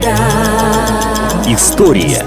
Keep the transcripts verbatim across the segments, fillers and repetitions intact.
История.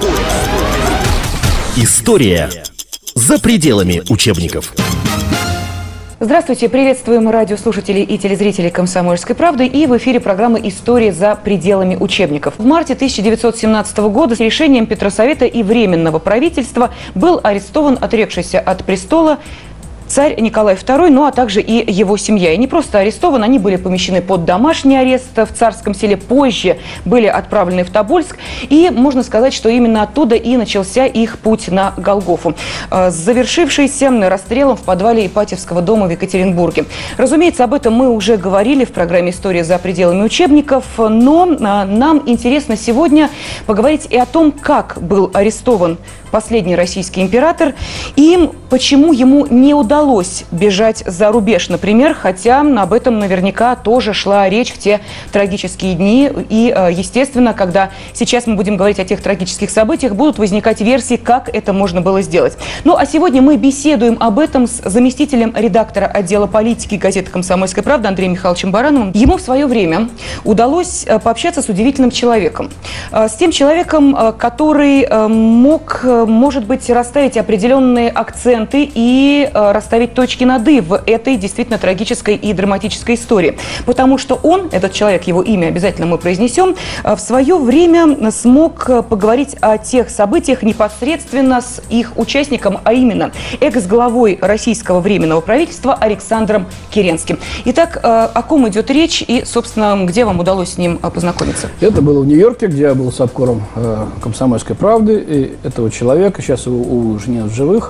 История за пределами учебников. Здравствуйте, приветствуем радиослушателей и телезрителей «Комсомольской правды». И в эфире программа «История за пределами учебников». В марте тысяча девятьсот семнадцатого года с решением Петросовета и Временного правительства был арестован отрекшийся от престола царь Николай второй, ну а также и его семья. И не просто арестован, они были помещены под домашний арест в Царском Селе, позже были отправлены в Тобольск. И можно сказать, что именно оттуда и начался их путь на Голгофу, завершившийся расстрелом в подвале Ипатьевского дома в Екатеринбурге. Разумеется, об этом мы уже говорили в программе «История за пределами учебников», но нам интересно сегодня поговорить и о том, как был арестован последний российский император и почему ему не удалось бежать за рубеж, например, хотя об этом наверняка тоже шла речь в те трагические дни. И, естественно, когда сейчас мы будем говорить о тех трагических событиях, будут возникать версии, как это можно было сделать. Ну, а сегодня мы беседуем об этом с заместителем редактора отдела политики газеты «Комсомольская правда» Андреем Михайловичем Барановым. Ему в свое время удалось пообщаться с удивительным человеком. С тем человеком, который мог, может быть, расставить определенные акценты и расставить точки над «и» в этой действительно трагической и драматической истории. Потому что он, этот человек, его имя обязательно мы произнесем, в свое время смог поговорить о тех событиях непосредственно с их участником, а именно экс-главой российского временного правительства Александром Керенским. Итак, о ком идет речь и, собственно, где вам удалось с ним познакомиться? Это было в Нью-Йорке, где я был с обкором «Комсомольской правды». И этого человека, сейчас его уже нет в живых,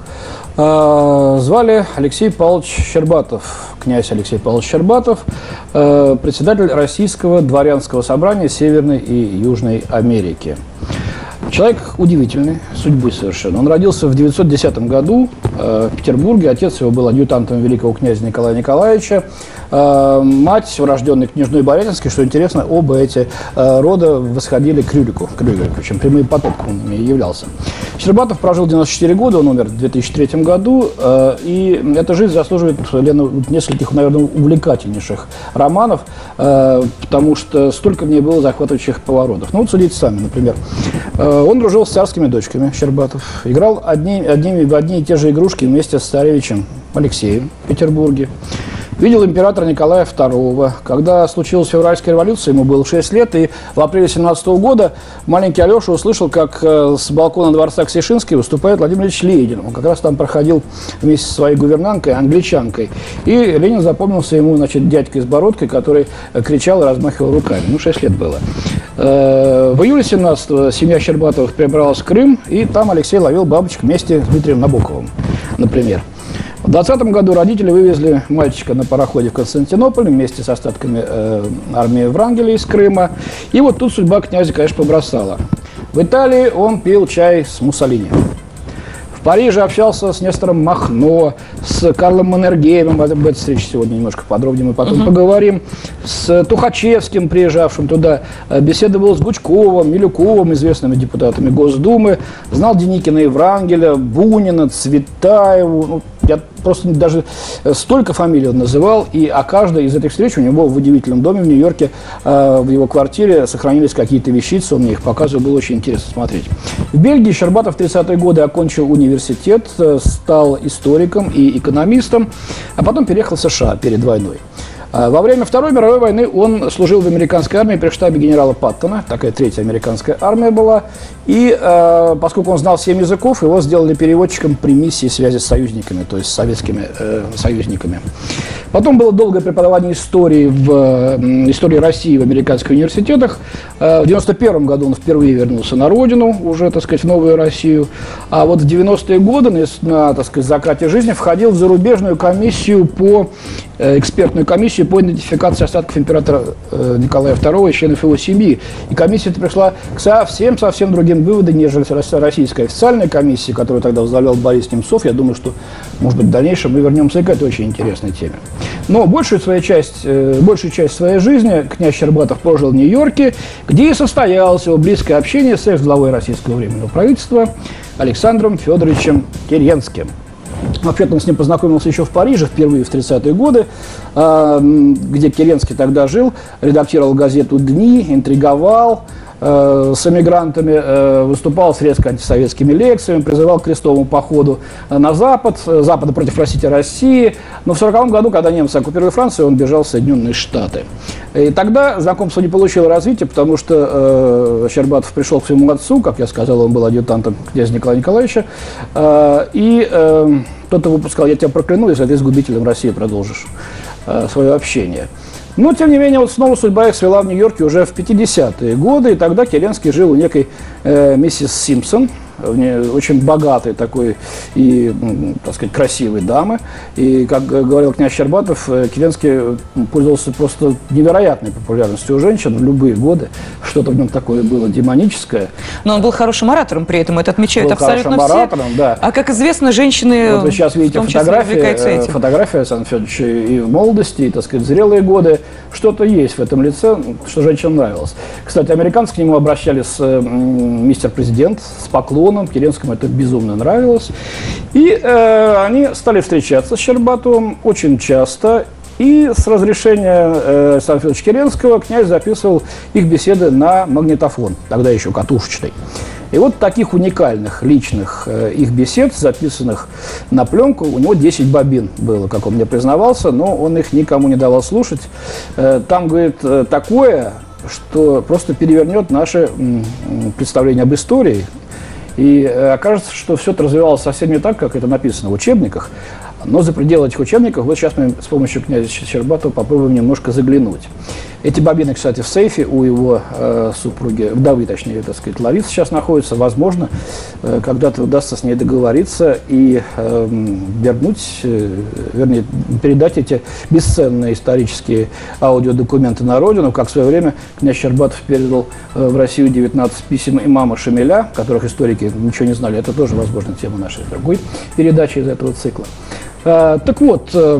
звали Алексей Павлович Щербатов, князь Алексей Павлович Щербатов, председатель Российского дворянского собрания Северной и Южной Америки. Человек удивительный, судьбы совершенно. Он родился в девятьсот десятом году э, в Петербурге. Отец его был адъютантом великого князя Николая Николаевича. Э, мать, урожденная княжной Борятинской, что интересно, оба эти э, рода восходили к Рюрику, к Рюрику, причем прямым потомком он являлся. Щербатов прожил девяносто четыре года, он умер в две тысячи третьем году. Э, и эта жизнь заслуживает, Лена, нескольких, наверное, увлекательнейших романов, э, потому что столько в ней было захватывающих поворотов. Ну вот судите сами, например. Он дружил с царскими дочками, Щербатов. Играл одни, одними, в одни и те же игрушки вместе с царевичем Алексеем в Петербурге. Видел императора Николая второго. Когда случилась февральская революция, ему было шесть лет, и в апреле семнадцатого года маленький Алеша услышал, как с балкона дворца Ксишинской выступает Владимир Ильич Ленин. Он как раз там проходил вместе со своей гувернанткой, англичанкой. И Ленин запомнился ему, значит, дядькой с бородкой, который кричал и размахивал руками. Ну, шесть лет было. В июле семнадцатого семья Щербатовых перебралась в Крым, и там Алексей ловил бабочек вместе с Дмитрием Набоковым, например. В двадцатом году родители вывезли мальчика на пароходе в Константинополь вместе с остатками э, армии Врангеля из Крыма. И вот тут судьба князя, конечно, побросала. В Италии он пил чай с Муссолини. В Париже общался с Нестором Махно, с Карлом Маннергеймом. Об этой встрече сегодня немножко подробнее мы потом uh-huh. поговорим. С Тухачевским, приезжавшим туда. Беседовал с Гучковым, Милюковым, известными депутатами Госдумы. Знал Деникина и Врангеля, Бунина, Цветаеву. Ну, я просто даже столько фамилий он называл. И о каждой из этих встреч у него в удивительном доме в Нью-Йорке, в его квартире, сохранились какие-то вещицы. Он мне их показывал, было очень интересно смотреть. В Бельгии Щербатов в тридцатые годы окончил университет, стал историком и экономистом, а потом переехал в США перед войной. Во время Второй мировой войны он служил в американской армии при штабе генерала Паттона, такая третья американская армия была, и э, поскольку он знал семь языков, его сделали переводчиком при миссии связи с союзниками, то есть с советскими э, союзниками. Потом было долгое преподавание истории, в, э, истории России в американских университетах. Э, в девяносто первом году он впервые вернулся на родину, уже, так сказать, в новую Россию, а вот в девяностые годы, на, на так сказать, закате жизни, входил в зарубежную комиссию по, э, экспертную комиссию по идентификации остатков императора э, Николая второго и членов его семьи. И комиссия пришла к совсем-совсем другим выводам, нежели российская официальная комиссия, которую тогда возглавлял Борис Немцов. Я думаю, что, может быть, в дальнейшем мы вернемся и к этой очень интересной теме. Но большую, свою часть, э, большую часть своей жизни князь Щербатов прожил в Нью-Йорке, где и состоялось его близкое общение с экс-главой российского временного правительства Александром Федоровичем Керенским. Вообще-то он с ним познакомился еще в Париже, впервые в тридцатые годы, где Керенский тогда жил, редактировал газету «Дни», интриговал, э, с эмигрантами, э, выступал с резко антисоветскими лекциями, призывал к крестовому походу на Запад, Запада против, простите, России. Но в сороковом году, когда немцы оккупировали Францию, он бежал в Соединенные Штаты. И тогда знакомство не получило развития, потому что э, Щербатов пришел к своему отцу, как я сказал, он был адъютантом князя Николая Николаевича, э, и э, тот его сказал: я тебя прокляну, если ты с губителем России продолжишь э, свое общение. Но, тем не менее, вот снова судьба их свела в Нью-Йорке уже в пятидесятые годы, и тогда Керенский жил у некой э, миссис Симпсон, очень богатой такой и, так сказать, красивой дамы. И, как говорил князь Щербатов, Керенский пользовался просто невероятной популярностью у женщин в любые годы. Что-то в нем такое было демоническое. Но он был хорошим оратором при этом, это отмечают был абсолютно все. Оратором, да. А как известно, женщины, вот вы сейчас видите фотографии, фотография Александра Федоровича и в молодости, и, так сказать, в зрелые годы. Что-то есть в этом лице, что женщинам нравилось. Кстати, американцы к нему обращались мистер-президент с поклоном. Керенскому это безумно нравилось. И э, они стали встречаться с Щербатовым очень часто. И с разрешения э, Александра Федоровича Керенского князь записывал их беседы на магнитофон, тогда еще катушечный. И вот таких уникальных личных э, их бесед, записанных на пленку, у него десять бобин было, как он мне признавался, но он их никому не давал слушать. Э, там, говорит, э, такое, что просто перевернет наше э, представление об истории. И окажется, что все это развивалось совсем не так, как это написано в учебниках. Но за пределы этих учебников, вот сейчас мы с помощью князя Щербатова попробуем немножко заглянуть. Эти бобины, кстати, в сейфе у его э, супруги, вдовы, точнее, так сказать, Ларисы сейчас находятся. Возможно, э, когда-то удастся с ней договориться и э, вернуть, э, вернее, передать эти бесценные исторические аудиодокументы на родину, как в свое время князь Щербатов передал э, в Россию девятнадцать писем имама Шамиля, которых историки ничего не знали. Это тоже, возможно, тема нашей другой передачи из этого цикла. Э, так вот, э,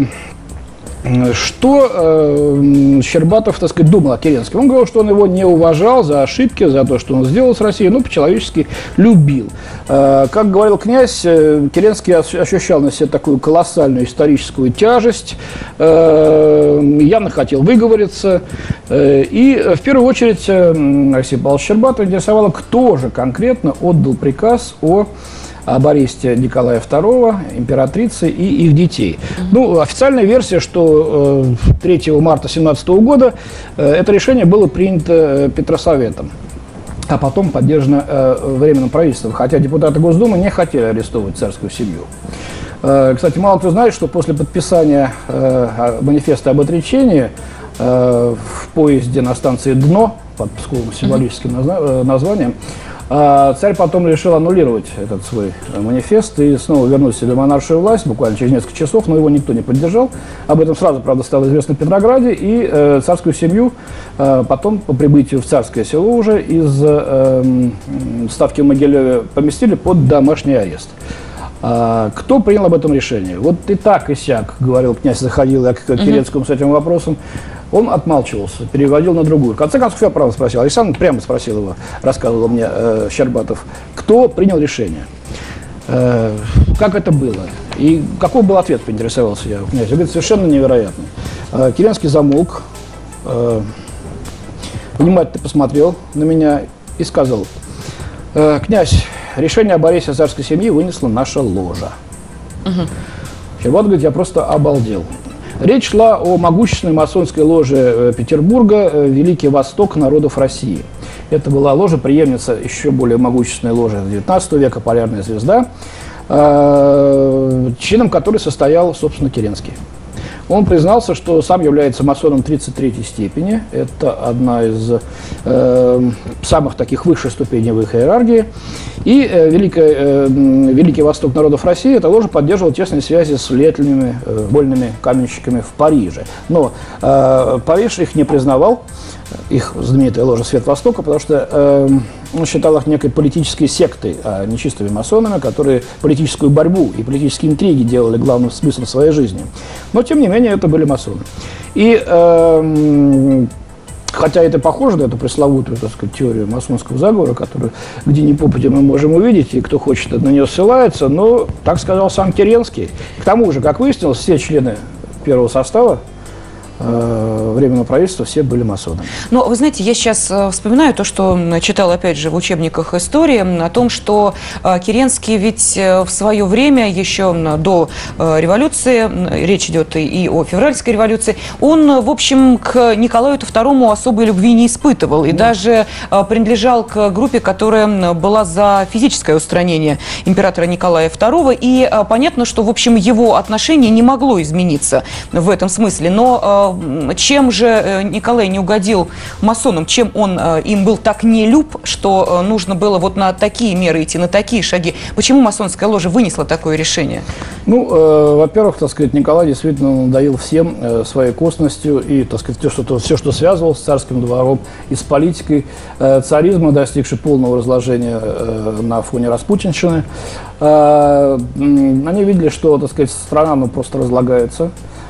что э, Щербатов, так сказать, думал о Керенском? Он говорил, что он его не уважал за ошибки, за то, что он сделал с Россией, но по-человечески любил. Э, как говорил князь, э, Керенский ощущал на себе такую колоссальную историческую тяжесть, э, явно хотел выговориться. Э, и в первую очередь э, Алексей Павлович Щербатов интересовало, кто же конкретно отдал приказ о об аресте Николая второго, императрицы и их детей. Mm-hmm. Ну, официальная версия, что э, третьего марта семнадцатого года э, это решение было принято э, Петросоветом, а потом поддержано э, Временным правительством, хотя депутаты Госдумы не хотели арестовывать царскую семью. Э, кстати, мало кто знает, что после подписания э, манифеста об отречении э, в поезде на станции Дно, под псковым символическим mm-hmm. названием, царь потом решил аннулировать этот свой манифест и снова вернуть себе монаршую власть, буквально через несколько часов, но его никто не поддержал. Об этом сразу, правда, стало известно в Петрограде, и э, царскую семью э, потом по прибытию в Царское Село уже из э, ставки в Могилеве поместили под домашний арест. А, кто принял об этом решение? Вот и так, и сяк, говорил князь, заходил я к Керенскому с этим вопросом. Он отмалчивался, переводил на другую. В конце концов, я правда спросил. Александр прямо спросил его, рассказывал мне э, Щербатов, кто принял решение, э, как это было. И какой был ответ, поинтересовался я у князя. Он говорит, совершенно невероятный. Э, Керенский замолк, э, внимательно посмотрел на меня и сказал, э, князь, решение об аресте царской семьи вынесла наша ложа. Угу. Щербатов говорит, я просто обалдел. Речь шла о могущественной масонской ложе Петербурга «Великий Восток народов России». Это была ложа, преемница еще более могущественной ложи девятнадцатого века «Полярная звезда», членом которой состоял, собственно, Керенский. Он признался, что сам является масоном тридцать третьей степени. Это одна из э, самых таких высших ступеней в их иерархии. И э, Великий, э, Великий Восток народов России, эта ложа поддерживала тесные связи с влиятельными э, вольными каменщиками в Париже. Но э, Париж их не признавал, их знаменитая ложа «Свет Востока», потому что э, он считал их некой политической сектой, а не чистыми масонами, которые политическую борьбу и политические интриги делали главным смыслом своей жизни. Но, тем не менее, это были масоны. И э, хотя это похоже на эту пресловутую, так сказать, теорию масонского заговора, которую где ни попадя мы можем увидеть, и кто хочет, на нее ссылается, но так сказал сам Керенский. К тому же, как выяснилось, все члены первого состава Временного правительства все были масонами. Но вы знаете, я сейчас вспоминаю то, что читала опять же в учебниках истории, о том, что Керенский ведь в свое время, еще до революции, речь идет и о февральской революции, он, в общем, к Николаю второму особой любви не испытывал и да. даже принадлежал к группе, которая была за физическое устранение императора Николая второго, и понятно, что, в общем, его отношение не могло измениться в этом смысле, но чем же Николай не угодил масонам, чем он им был так нелюб, что нужно было вот на такие меры идти, на такие шаги? Почему масонская ложа вынесла такое решение? Ну, э, во-первых, так сказать, Николай действительно надоел всем э, своей косностью и, так сказать, все, что, все, что связывалось с царским двором и с политикой э, царизма, достигший полного разложения э, на фоне распутинщины. Э, они видели, что, так сказать, страна ну, просто разлагается.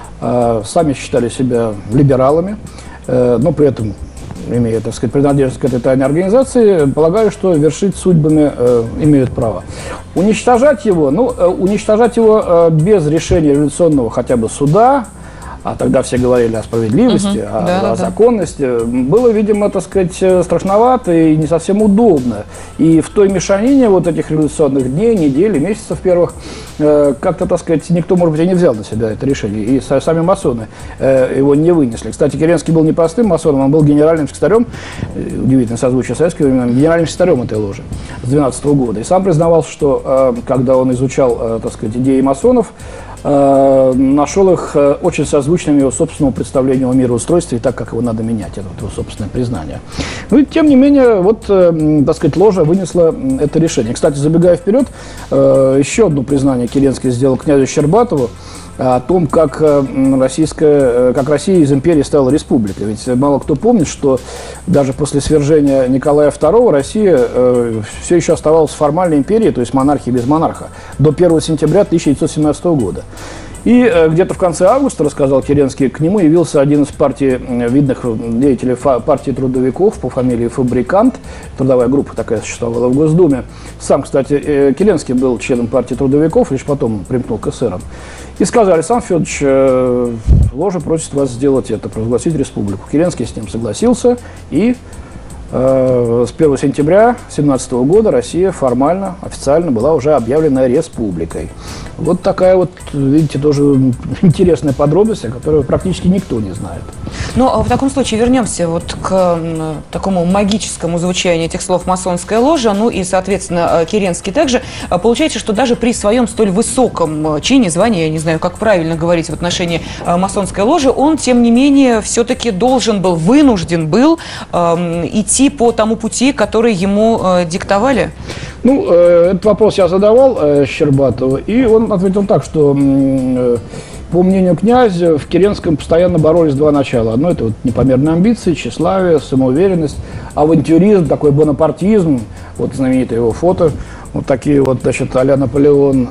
Сами считали себя либералами, но при этом, имея, так сказать, принадлежность к этой тайной организации, полагаю, что вершить судьбами имеют право. Уничтожать его, ну, уничтожать его без решения революционного хотя бы суда, а тогда все говорили о справедливости, uh-huh. о, да, о да, законности, да. было, видимо, так сказать, страшновато и не совсем удобно. И в той мешанине вот этих революционных дней, недель, месяцев первых, э, как-то, так сказать, никто, может быть, и не взял на себя это решение. И сами масоны э, его не вынесли. Кстати, Керенский был не простым масоном, он был генеральным секретарем, удивительно созвучие советскими временами, генеральным секретарем этой ложи с двенадцатого года. И сам признавался, что э, когда он изучал, э, так сказать, идеи масонов, нашел их очень созвучными его собственному представлению о мироустройстве и так, как его надо менять, это вот его собственное признание. Ну и тем не менее, вот, так сказать, ложа вынесла это решение. Кстати, забегая вперед, еще одно признание Керенский сделал князю Щербатову о том, как, российская, как Россия из империи стала республикой. Ведь мало кто помнит, что даже после свержения Николая второго Россия э, все еще оставалась формальной империей, то есть монархией без монарха, до первого сентября тысяча девятьсот семнадцатого года. И э, где-то в конце августа, рассказал Керенский, к нему явился один из партий, видных деятелей партии трудовиков по фамилии Фабрикант, трудовая группа такая существовала в Госдуме. Сам, кстати, э, Керенский был членом партии трудовиков, лишь потом примкнул к эсерам. И сказали: Александр Федорович, э, ложа просит вас сделать это, провозгласить республику. Керенский с ним согласился, и э, с первого сентября тысяча девятьсот семнадцатого года Россия формально, официально была уже объявлена республикой. Вот такая вот, видите, тоже интересная подробность, о которой практически никто не знает. Но в таком случае вернемся вот к такому магическому звучанию этих слов «масонская ложа», ну и, соответственно, Керенский также. Получается, что даже при своем столь высоком чине, звании, я не знаю, как правильно говорить в отношении масонской ложи, он, тем не менее, все-таки должен был, вынужден был э, идти по тому пути, который ему э, диктовали? Ну, э, этот вопрос я задавал э, Щербатову, и он ответил так, что... Э, по мнению князя, в Керенском постоянно боролись два начала. Одно – это вот непомерные амбиции, тщеславие, самоуверенность, авантюризм, такой бонапартизм, вот знаменитое его фото, вот такие вот, значит, а-ля Наполеон,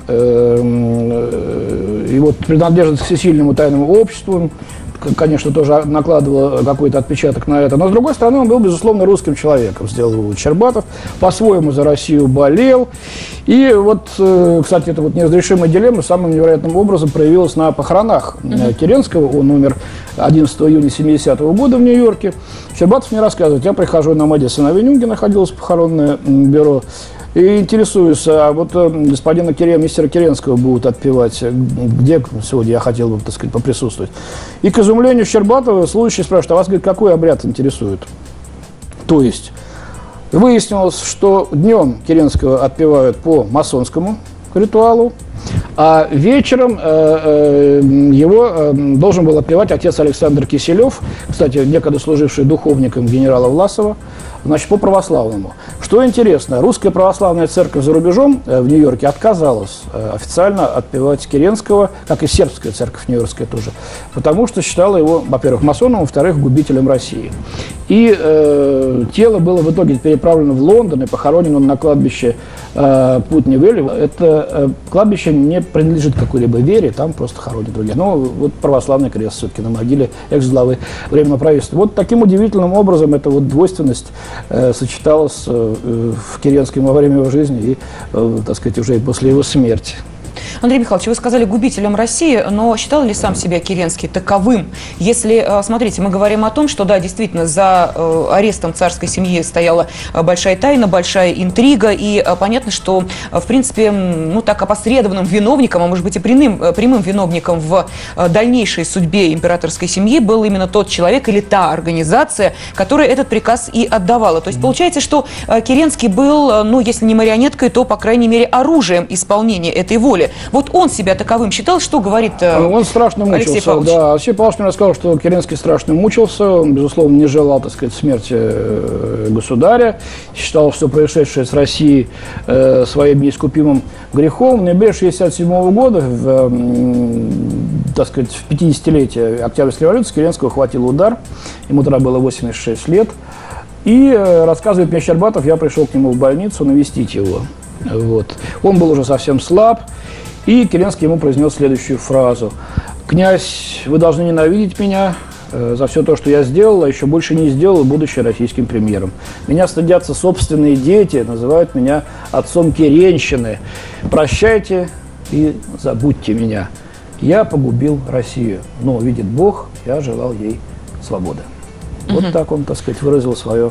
и вот принадлежность к всесильному тайному обществу, конечно, тоже накладывало какой-то отпечаток на это. Но, с другой стороны, он был, безусловно, русским человеком, сделал его Щербатов, по-своему за Россию болел. И вот, кстати, это вот неразрешимая дилемма самым невероятным образом проявилась на похоронах mm-hmm. Керенского. Он умер одиннадцатого июня семидесятого года в Нью-Йорке. Щербатов мне рассказывает: я прихожу на Мэдисон авеню, где находилось похоронное бюро, и интересуюсь, а вот господина Керен, мистера Керенского будут отпевать, где сегодня я хотел бы, так сказать, поприсутствовать. И, к изумлению Щербатова, служащий спрашивает: а вас, говорит, какой обряд интересует? То есть выяснилось, что днем Керенского отпевают по масонскому ритуалу, а вечером э, э, его э, должен был отпевать отец Александр Киселев, кстати, некогда служивший духовником генерала Власова, значит, по православному. Что интересно, русская православная церковь за рубежом э, в Нью-Йорке отказалась э, официально отпевать Керенского, как и сербская церковь нью-йоркская тоже, потому что считала его, во-первых, масоном, во-вторых, губителем России. И э, тело было в итоге переправлено в Лондон и похоронено на кладбище э, Путни-Вэлли. Это э, кладбище не принадлежит какой-либо вере, там просто хоронят другие. Но вот православный крест все-таки на могиле экс-главы Временного правительства. Вот таким удивительным образом эта вот двойственность э, сочеталась э, в Керенском во время его жизни и, э, так сказать, уже и после его смерти. Андрей Михайлович, вы сказали губителем России, но считал ли сам себя Керенский таковым? Если, смотрите, мы говорим о том, что, да, действительно, за арестом царской семьи стояла большая тайна, большая интрига, и понятно, что, в принципе, ну, так опосредованным виновником, а может быть и прямым, прямым виновником в дальнейшей судьбе императорской семьи был именно тот человек или та организация, которая этот приказ и отдавала. То есть получается, что Керенский был, ну, если не марионеткой, то, по крайней мере, оружием исполнения этой воли. Вот он себя таковым считал, что говорит Он страшно мучился, Алексей Павлович? Да. Алексей Павлович мне рассказал, что Керенский страшно мучился, он, безусловно, не желал, так сказать, смерти государя, считал все происшедшее с Россией э, своим неискупимым грехом. В ноябре шестьдесят седьмого года, в, э, так сказать, в пятидесятилетие Октябрьской революции, Керенского хватил удар, ему тогда было восемьдесят шесть лет. И, э, рассказывает мне Щербатов, я пришел к нему в больницу навестить его. Вот. Он был уже совсем слаб, и Керенский ему произнес следующую фразу: «Князь, вы должны ненавидеть меня э, за все то, что я сделал, а еще больше не сделал, будучи российским премьером. Меня стыдятся собственные дети, называют меня отцом Керенщины. Прощайте и забудьте меня. Я погубил Россию, но, видит Бог, я желал ей свободы». Вот так он, так сказать, выразил свое,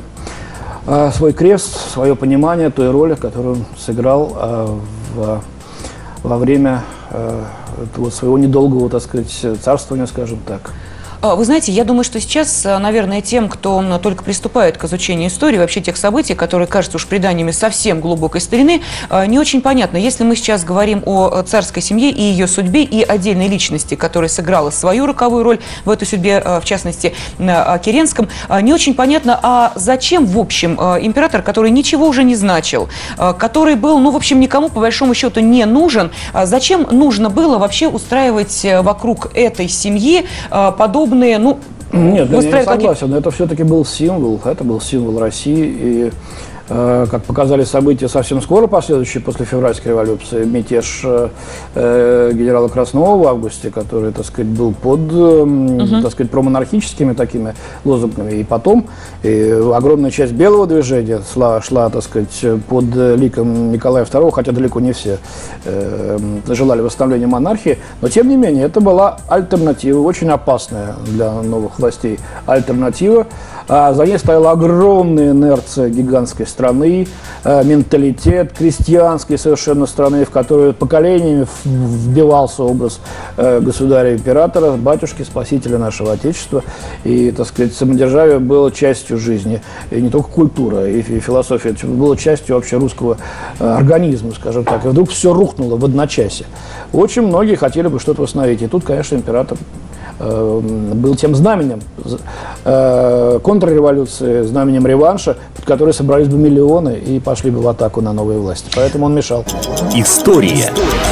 э, свой крест, свое понимание той роли, которую он сыграл э, в, во время э, этого своего недолгого, так сказать, царствования, скажем так. Вы знаете, я думаю, что сейчас, наверное, тем, кто только приступает к изучению истории, вообще тех событий, которые кажутся уж преданиями совсем глубокой старины, не очень понятно. Если мы сейчас говорим о царской семье и ее судьбе, и отдельной личности, которая сыграла свою роковую роль в этой судьбе, в частности, о Керенском, не очень понятно, а зачем, в общем, император, который ничего уже не значил, который был, ну, в общем, никому, по большому счету, не нужен, зачем нужно было вообще устраивать вокруг этой семьи подобные, ну, Нет, я не согласен, но это все-таки был символ, это был символ России, и, э, как показали события совсем скоро последующие после февральской революции, мятеж э, генерала Краснова в августе, который, так сказать, был под, э, uh-huh. так сказать, промонархическими такими лозунгами, и потом и огромная часть белого движения шла, шла, так сказать, под ликом Николая второго, хотя далеко не все э, желали восстановления монархии, но, тем не менее, это была альтернатива, очень опасная для новых властей альтернатива. А за ней стояла огромная инерция гигантской страны, э, менталитет крестьянской совершенно страны, в которую поколениями вбивался образ э, государя-императора, батюшки, спасителя нашего Отечества. И, так сказать, самодержавие было частью жизни. И не только культура и, и философия, это было частью вообще русского э, организма, скажем так. И вдруг все рухнуло в одночасье. Очень многие хотели бы что-то восстановить. И тут, конечно, император был тем знаменем э, контрреволюции, знаменем реванша, под который собрались бы миллионы и пошли бы в атаку на новые власти. Поэтому он мешал. История.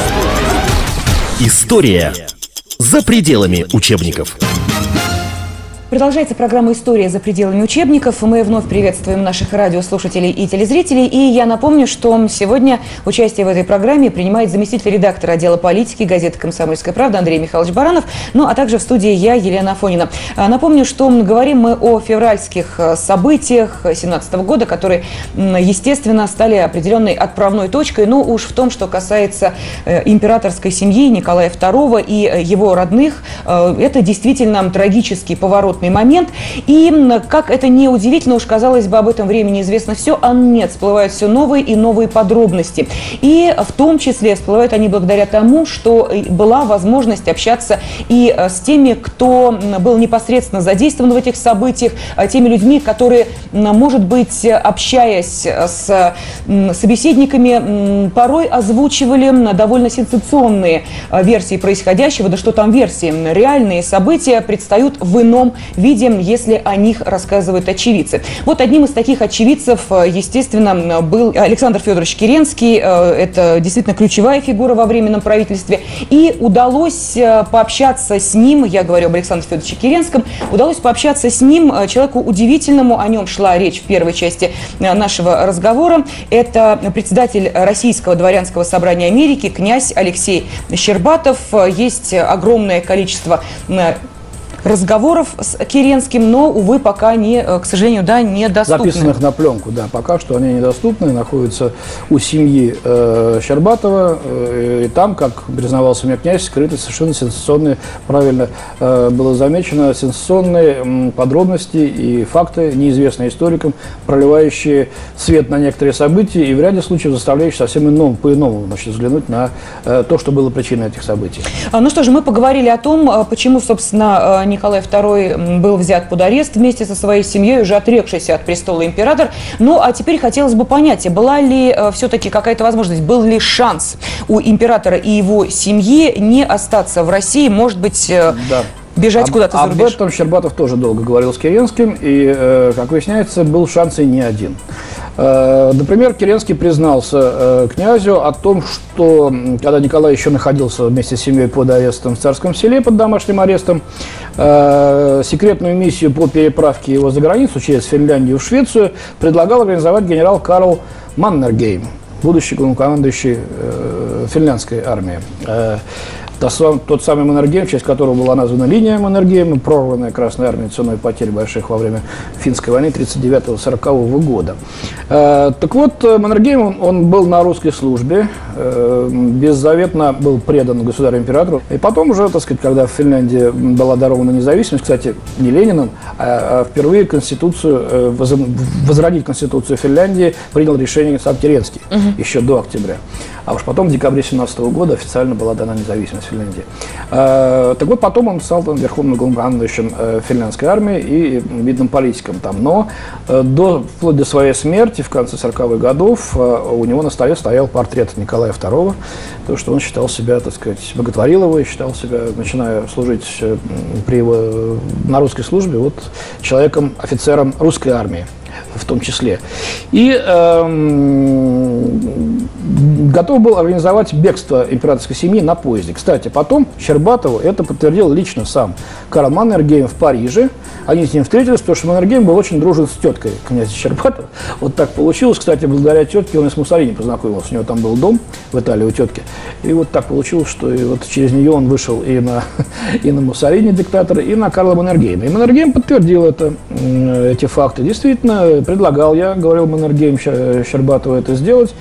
История за пределами учебников. Продолжается программа «История за пределами учебников». Мы вновь приветствуем наших радиослушателей и телезрителей. И я напомню, что сегодня участие в этой программе принимает заместитель редактора отдела политики газеты «Комсомольская правда» Андрей Михайлович Баранов, ну а также в студии я, Елена Афонина. Напомню, что говорим мы о февральских событиях семнадцатого года, которые, естественно, стали определенной отправной точкой. Ну уж в том, что касается императорской семьи Николая второго и его родных, это действительно трагический поворот момент. И, как это не удивительно, уж казалось бы, об этом времени известно все, а нет, всплывают все новые и новые подробности. И в том числе всплывают они благодаря тому, что была возможность общаться и с теми, кто был непосредственно задействован в этих событиях, теми людьми, которые, может быть, общаясь с собеседниками, порой озвучивали довольно сенсационные версии происходящего, да что там версии, реальные события предстают в ином виде, если о них рассказывают очевидцы. Вот одним из таких очевидцев, естественно, был Александр Федорович Керенский. Это действительно ключевая фигура во временном правительстве. И удалось пообщаться с ним, я говорю об Александре Федоровиче Керенском, удалось пообщаться с ним, человеку удивительному, о нем шла речь в первой части нашего разговора. Это председатель Российского дворянского собрания Америки, князь Алексей Щербатов. Есть огромное количество разговоров с Керенским, но, увы, пока, не, к сожалению, да, недоступны. Записанных на пленку, да, пока что они недоступны, находятся у семьи э, Щербатова, э, и там, как признавался мне князь, скрыты совершенно сенсационные, правильно э, было замечено, сенсационные м, подробности и факты, неизвестные историкам, проливающие свет на некоторые события и в ряде случаев заставляющие совсем ином, по-иному значит, взглянуть на э, то, что было причиной этих событий. Ну что же, мы поговорили о том, почему, собственно, Николай второй был взят под арест вместе со своей семьей, уже отрекшийся от престола император. Ну, а теперь хотелось бы понять, была ли все-таки какая-то возможность, был ли шанс у императора и его семьи не остаться в России, может быть, да. бежать об, куда-то за рубеж? Об этом Щербатов тоже долго говорил с Керенским, и, как выясняется, был шанс и не один. Например, Керенский признался князю о том, что когда Николай еще находился вместе с семьей под арестом в Царском Селе, под домашним арестом, секретную миссию по переправке его за границу через Финляндию в Швецию предлагал организовать генерал Карл Маннергейм, будущий главнокомандующий финляндской армии. Тот самый Маннергейм, в честь которого была названа линия Маннергейма, прорванная Красной Армией ценой потерь больших во время финской войны тридцать девятого — сорокового года. Э, так вот, Маннергейм, он, он был на русской службе, э, беззаветно был предан государю-императору. И потом уже, так сказать, когда в Финляндии была дарована независимость, кстати, не Лениным, а, а впервые Конституцию, э, воз, возродить Конституцию Финляндии принял решение сам Керенский, угу. еще до октября. А уж потом, в декабре семнадцатого года, официально была дана независимость Финляндии. Э, так вот, потом он стал там, верховным главнокомандующим э, финляндской армии и видным политиком там. Но э, до, вплоть до своей смерти в конце сороковых годов э, у него на столе стоял портрет Николая второго, потому что он считал себя, так сказать, боготворил его и считал себя, начиная служить э, при его, на русской службе, вот, человеком, офицером русской армии в том числе. И э, готов был организовать бегство императорской семьи на поезде. Кстати, потом Щербатову это подтвердил лично сам Карл Маннергейм в Париже. Они с ним встретились, потому что Маннергейм был очень дружен с теткой князя Щербатова. Вот так получилось. Кстати, благодаря тетке он и с Муссолини познакомился. У него там был дом в Италии у тетки. И вот так получилось, что и вот через нее он вышел и на, и на Муссолини, диктатора, и на Карла Маннергейма. И Маннергейм подтвердил это, эти факты. Действительно, предлагал я, говорил Маннергейм Щербатову это сделать,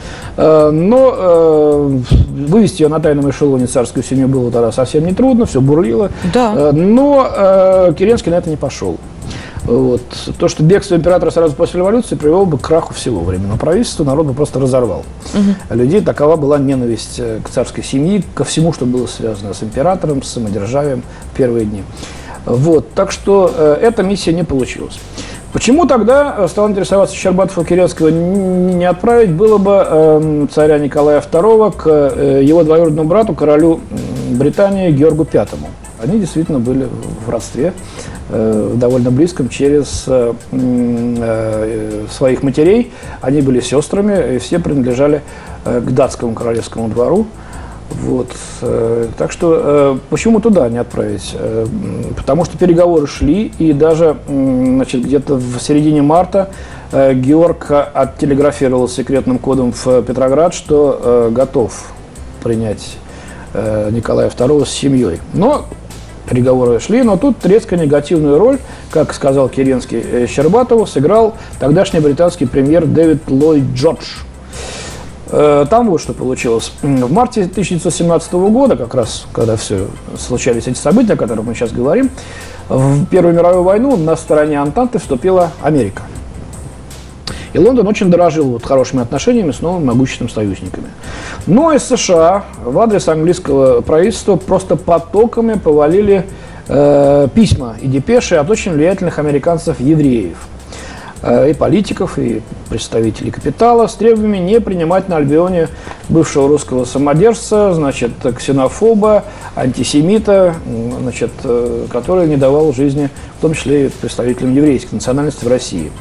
но вывести ее на тайном эшелоне царскую семью было тогда совсем нетрудно, все бурлило, да. Но Керенский на это не пошел. Вот. То, что бегство императора сразу после революции привело бы к краху всего временного правительства, народ бы просто разорвал. Угу. Людей такова была ненависть к царской семье, ко всему, что было связано с императором, с самодержавием в первые дни. Вот. Так что э, эта миссия не получилась. Почему тогда стал интересоваться Щербатов и Керенского не отправить было бы э, царя Николая второго к э, его двоюродному брату, королю Британии Георгу пятому? Они действительно были в родстве, э, довольно близком, через э, э, своих матерей. Они были сестрами, и все принадлежали э, к датскому королевскому двору. Вот. Так что почему туда не отправить? Потому что переговоры шли, и даже значит, где-то в середине марта Георг оттелеграфировал секретным кодом в Петроград, что готов принять Николая второго с семьей. Но переговоры шли, но тут резко негативную роль, как сказал Керенский Щербатову, сыграл тогдашний британский премьер Дэвид Ллойд Джордж. Там вот что получилось. В марте тысяча девятьсот семнадцатого года, как раз когда все случались эти события, о которых мы сейчас говорим, в Первую мировую войну на стороне Антанты вступила Америка. И Лондон очень дорожил вот хорошими отношениями с новыми могущественными союзниками. Но из США в адрес английского правительства просто потоками повалили э, письма и депеши от очень влиятельных американцев-евреев. И политиков, и представителей капитала с требованиями не принимать на Альбионе бывшего русского самодержца, значит, ксенофоба, антисемита, значит, который не давал жизни, в том числе и представителям еврейской национальности в России.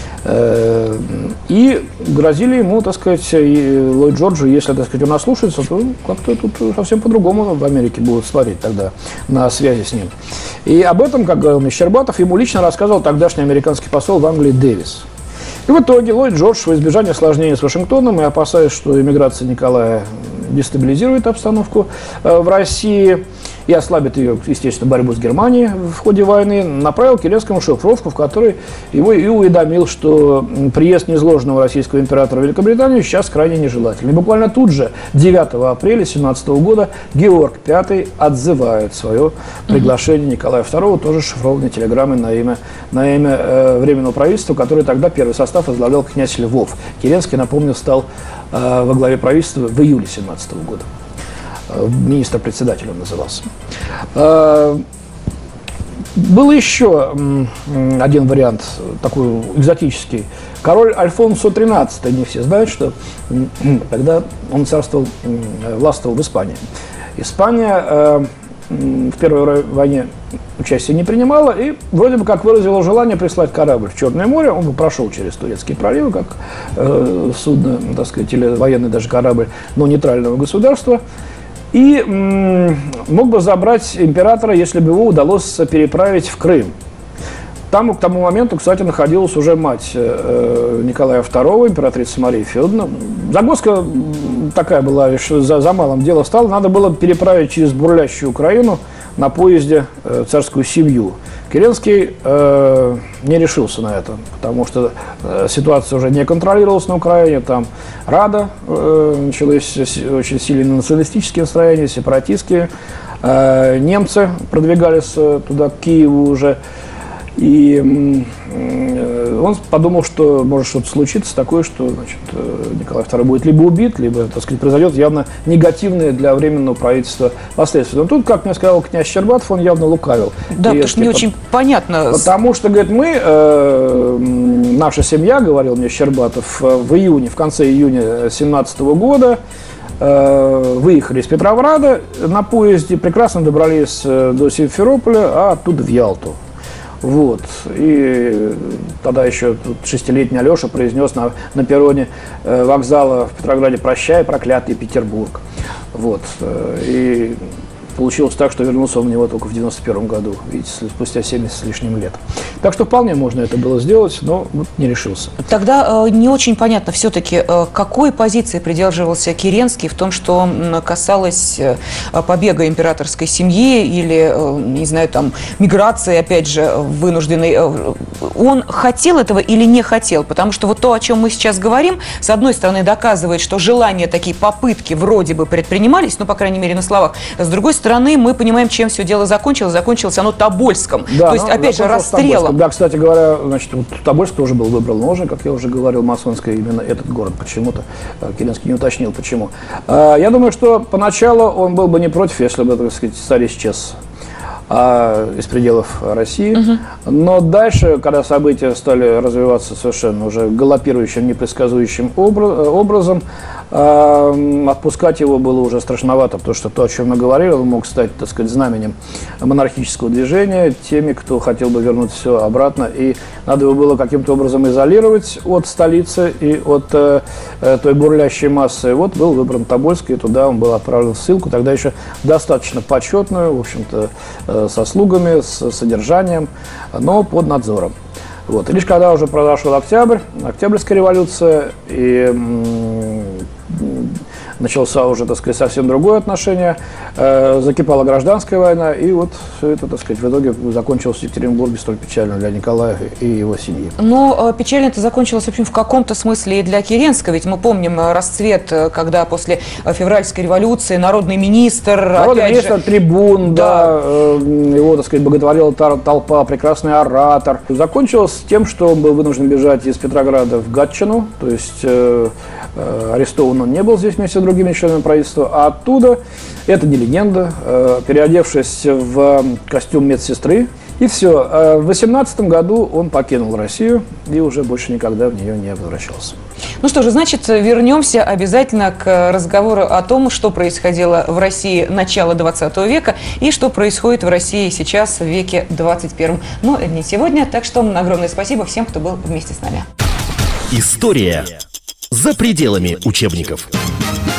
И грозили ему, так сказать, и Ллойд Джорджу, если, так сказать, он ослушается, то как-то тут совсем по-другому в Америке будут смотреть тогда на связи с ним. И об этом, как говорил мне Щербатов, ему лично рассказывал тогдашний американский посол в Англии Дэвис. И в итоге Ллойд Джордж, во избежание осложнений с Вашингтоном и опасаясь, что эмиграция Николая дестабилизирует обстановку в России, и ослабит ее, естественно, борьбу с Германией в ходе войны, направил Керенскому шифровку, в которой его и уведомил, что приезд незложенного российского императора в Великобританию сейчас крайне нежелательный. И буквально тут же, девятого апреля семнадцатого года, Георг Пятый отзывает свое приглашение Николая Второго, тоже шифрованной телеграммой на имя, на имя э, Временного правительства, которое тогда первый состав возглавлял князь Львов. Керенский, напомню, стал э, во главе правительства в июле семнадцатого года. Э, министр-председателем назывался. Э, был еще э, один вариант, такой экзотический. Король Альфонсо тринадцатый, не все знают, что э, тогда он царствовал, э, властвовал в Испании. Испания э, в Первой войне участие не принимала и вроде бы как выразила желание прислать корабль в Черное море. Он бы прошел через турецкие проливы, как э, судно, так сказать, или военный даже корабль, но нейтрального государства. И м, мог бы забрать императора, если бы его удалось переправить в Крым. Там к тому моменту, кстати, находилась уже мать э, Николая Второго, императрица Мария Федоровна. Загвоздка такая была, лишь за, за малым дело стало. Надо было переправить через бурлящую Украину на поезде э, царскую семью. Керенский э, не решился на это, потому что э, ситуация уже не контролировалась на Украине. Там Рада, э, началось очень сильные националистические настроения, сепаратистские. Э, немцы продвигались э, туда, к Киеву уже. И он подумал, что может что-то случиться такое, что, значит, Николай Второй будет либо убит, либо, так сказать, произойдет явно негативное для Временного правительства последствия. Но тут, как мне сказал князь Щербатов, он явно лукавил. Да, потому что не очень понятно. Потому что, говорит, мы, э, наша семья, говорил мне Щербатов, в июне, в конце июня семнадцатого года, э, выехали из Петрограда на поезде, прекрасно добрались до Симферополя, а оттуда в Ялту. Вот. И тогда еще шестилетний Алеша произнес на, на перроне э, вокзала в Петрограде: «Прощай, проклятый Петербург». Вот. И получилось так, что вернулся он в него только в девяносто первом году, видите, спустя семьдесят с лишним лет. Так что вполне можно это было сделать, но вот не решился. Тогда э, не очень понятно все-таки, э, какой позиции придерживался Керенский в том, что э, касалось э, побега императорской семьи или, э, не знаю, там, миграции, опять же, вынужденной. Э, он хотел этого или не хотел? Потому что вот то, о чем мы сейчас говорим, с одной стороны, доказывает, что желания, такие попытки вроде бы предпринимались, ну, по крайней мере, на словах. С другой стороны, стороны, мы понимаем, чем все дело закончилось. Закончилось оно Тобольском. Да, то есть, опять же, расстрелом. Да, кстати говоря, значит, вот Тобольск тоже был выбран ложный, как я уже говорил, масонский, именно этот город почему-то. Керенский не уточнил, почему. Я думаю, что поначалу он был бы не против, если бы, так сказать, царь исчез а, из пределов России. Угу. Но дальше, когда события стали развиваться совершенно уже галопирующим, непредсказующим образом, э, отпускать его было уже страшновато, потому что то, о чем мы говорили, он мог стать, так сказать, знаменем монархического движения, теми, кто хотел бы вернуть все обратно, и надо его было каким-то образом изолировать от столицы и от э, той бурлящей массы. И вот был выбран Тобольск, и туда он был отправлен в ссылку, тогда еще достаточно почетную, в общем-то, со слугами, с содержанием, но под надзором. Вот. И лишь когда уже произошел октябрь, Октябрьская революция, и м- начался уже, так сказать, совсем другое отношение, э, закипала гражданская война, и вот все это, так сказать, в итоге закончилось в Екатеринбурге столь печально для Николая и его семьи. Но печально это закончилось, в общем, в каком-то смысле и для Керенского, ведь мы помним расцвет, когда после февральской революции народный министр... Народный министр, же... трибун, да, да э, его, так сказать, боготворила толпа, прекрасный оратор. Закончилось тем, что он был вынужден бежать из Петрограда в Гатчину, то есть э, э, арестован он не был здесь вместе с другими членами правительства, а оттуда, это не легенда, э, переодевшись в костюм медсестры, и все. Э, в восемнадцатом году он покинул Россию и уже больше никогда в нее не возвращался. Ну что же, значит, вернемся обязательно к разговору о том, что происходило в России начала двадцатого века и что происходит в России сейчас в веке двадцать первом. Но не сегодня, так что огромное спасибо всем, кто был вместе с нами. История за пределами учебников.